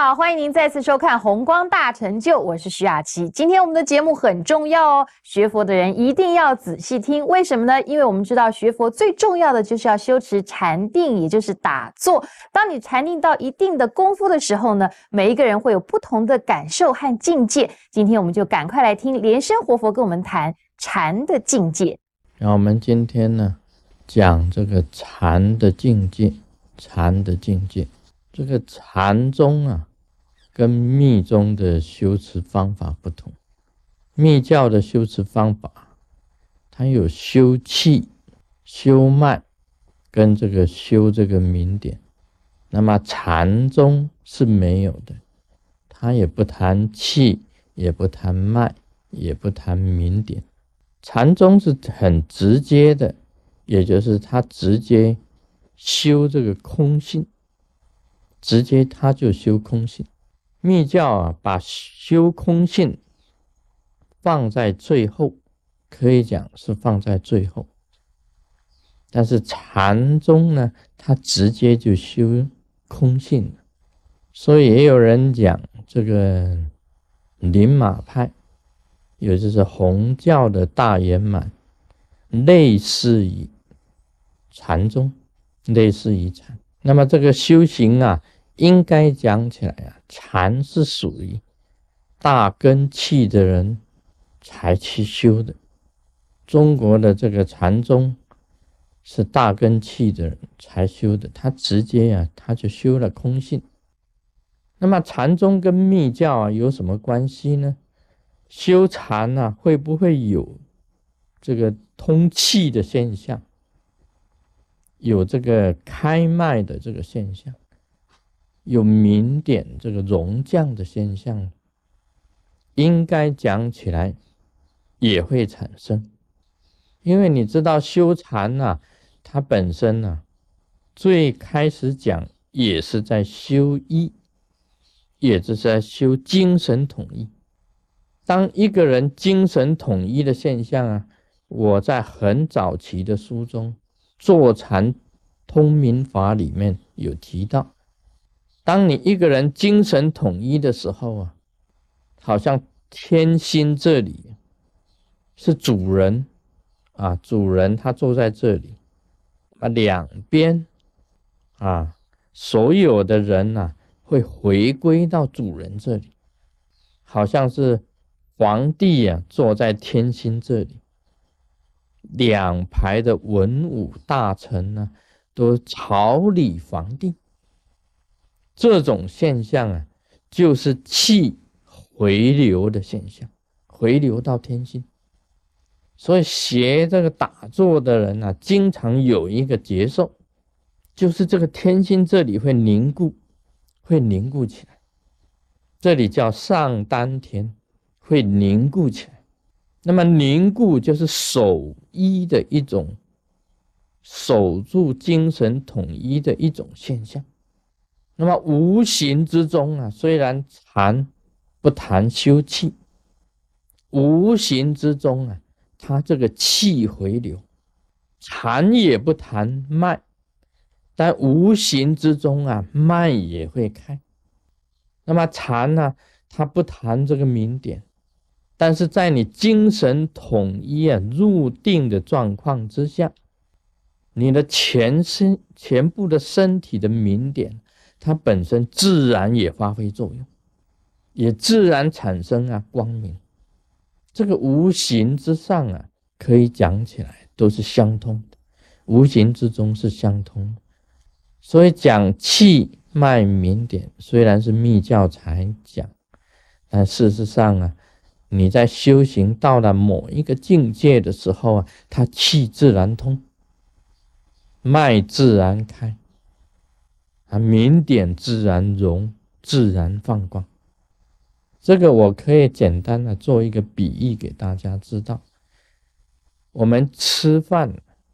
好，欢迎您再次收看《弘光大成就》，我是徐雅琪。今天我们的节目很重要哦，学佛的人一定要仔细听。为什么呢？因为我们知道学佛最重要的就是要修持禅定，也就是打坐。当你禅定到一定的功夫的时候呢，每一个人会有不同的感受和境界。今天我们就赶快来听莲生活佛跟我们谈禅的境界。 然后我们今天呢，讲这个禅的境界，禅的境界。这个禅宗啊，跟密宗的修持方法不同。密教的修持方法，它有修气、修脉，跟这个修这个明点。那么禅宗是没有的，它也不谈气，也不谈脉，也不谈明点。禅宗是很直接的，也就是它直接修这个空性，直接他就修空性。密教啊，把修空性放在最后，可以讲是放在最后。但是禅宗呢，它直接就修空性了。所以也有人讲这个宁玛派，也就是弘教的大圆满，类似于禅宗，类似于禅。那么这个修行啊，应该讲起来啊，禅是属于大根器的人才去修的。中国的这个禅宗是大根器的人才修的，他直接啊，他就修了空性。那么禅宗跟密教啊有什么关系呢？修禅啊，会不会有这个通气的现象？有这个开脉的这个现象，有明点这个融降的现象，应该讲起来也会产生。因为你知道修禅啊，它本身啊，最开始讲也是在修一，也就是在修精神统一。当一个人精神统一的现象啊，我在很早期的书中坐禅通明法里面有提到，当你一个人精神统一的时候啊，好像天心这里是主人啊，主人他坐在这里，两边啊，所有的人啊会回归到主人这里，好像是皇帝啊坐在天心这里，两排的文武大臣呢都朝礼皇帝。这种现象啊，就是气回流的现象，回流到天心。所以学这个打坐的人啊，经常有一个觉受，就是这个天心这里会凝固，会凝固起来。这里叫上丹田，会凝固起来。那么凝固就是守一的一种，守住精神统一的一种现象。那么无形之中啊，虽然禅不谈修气，无形之中啊，它这个气回流，禅也不谈脉，但无形之中啊，脉也会开。那么禅呢，它不谈这个明点，但是在你精神统一啊入定的状况之下，你的全部的身体的明点，它本身自然也发挥作用，也自然产生啊光明。这个无形之上啊，可以讲起来都是相通的，无形之中是相通的。所以讲气脉明点，虽然是密教才讲，但事实上啊，你在修行到了某一个境界的时候啊，它气自然通，脉自然开，明点自然融，自然放光。这个我可以简单的做一个比喻给大家知道。我们吃饭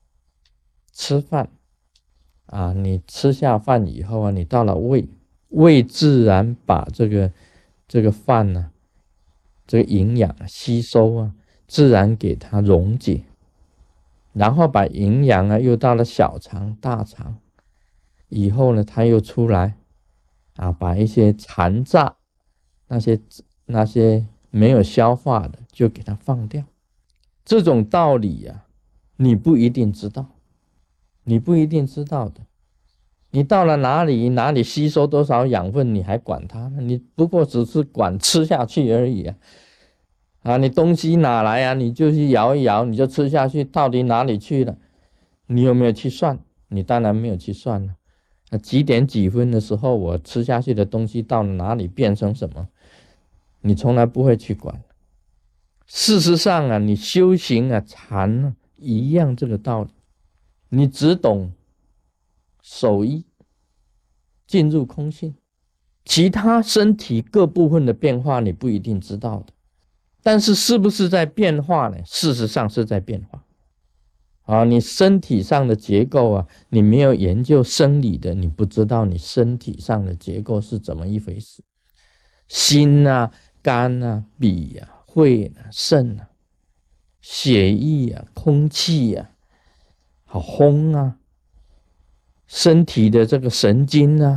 啊，你吃下饭以后啊，你到了胃自然把这个饭呢，这个营养吸收啊，自然给它溶解，然后把营养啊又到了小肠、大肠以后呢，它又出来， 把一些残渣、那些没有消化的就给它放掉。这种道理你不一定知道，你不一定知道的。你到了哪里吸收多少养分，你还管它呢？你不过只是管吃下去而已你东西拿来你就去摇一摇，你就吃下去，到底哪里去了？你有没有去算？你当然没有去算了。几点几分的时候，我吃下去的东西到哪里变成什么，你从来不会去管。事实上你修行禅一样这个道理，你只懂守一，进入空性，其他身体各部分的变化你不一定知道的，但是是不是在变化呢？事实上是在变化你身体上的结构你没有研究生理的，你不知道你身体上的结构是怎么一回事。心肝脾肺肾血液空气风身体的这个神经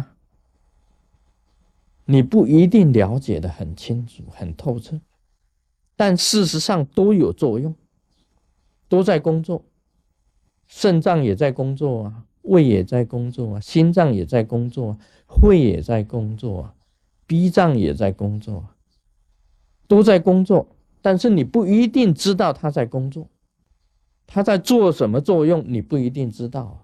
你不一定了解得很清楚很透彻，但事实上都有作用，都在工作。肾脏也在工作胃也在工作心脏也在工作肺也在工作脾脏也在工作都在工作，但是你不一定知道它在工作，它在做什么作用你不一定知道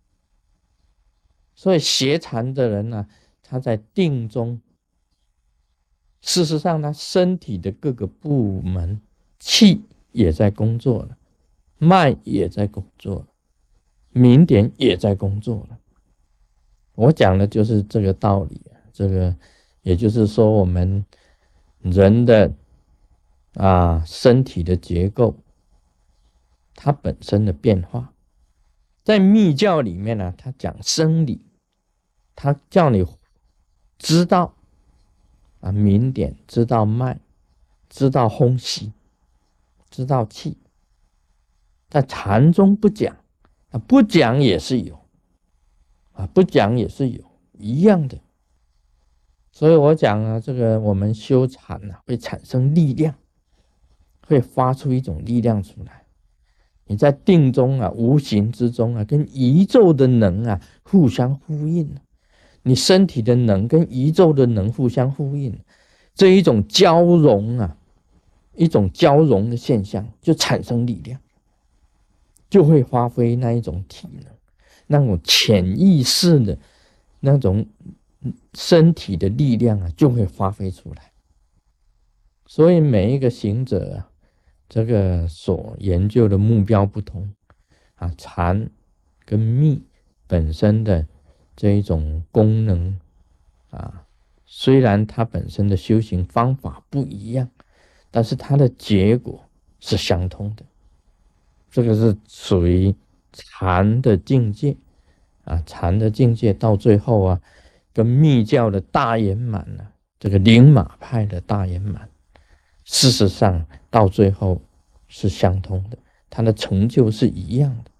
所以学禅的人他在定中，事实上他身体的各个部门，气也在工作了，脉也在工作了，明点也在工作了。我讲的就是这个道理这个也就是说我们人的身体的结构，它本身的变化，在密教里面它讲生理，它叫你知道明点，知道脉，知道风息，知道气。在禅中不讲不讲也是有不讲也是有一样的。所以我讲这个我们修禅会产生力量，会发出一种力量出来。你在定中无形之中跟宇宙的能互相呼应你身体的能跟宇宙的能互相呼应，这一种交融一种交融的现象就产生力量，就会发挥那一种体能，那种潜意识的那种身体的力量就会发挥出来。所以每一个行者这个所研究的目标不同禅跟密本身的这一种功能虽然它本身的修行方法不一样，但是它的结果是相通的。这个是属于禅的境界禅的境界到最后跟密教的大圆满这个灵马派的大圆满，事实上到最后是相通的，它的成就是一样的。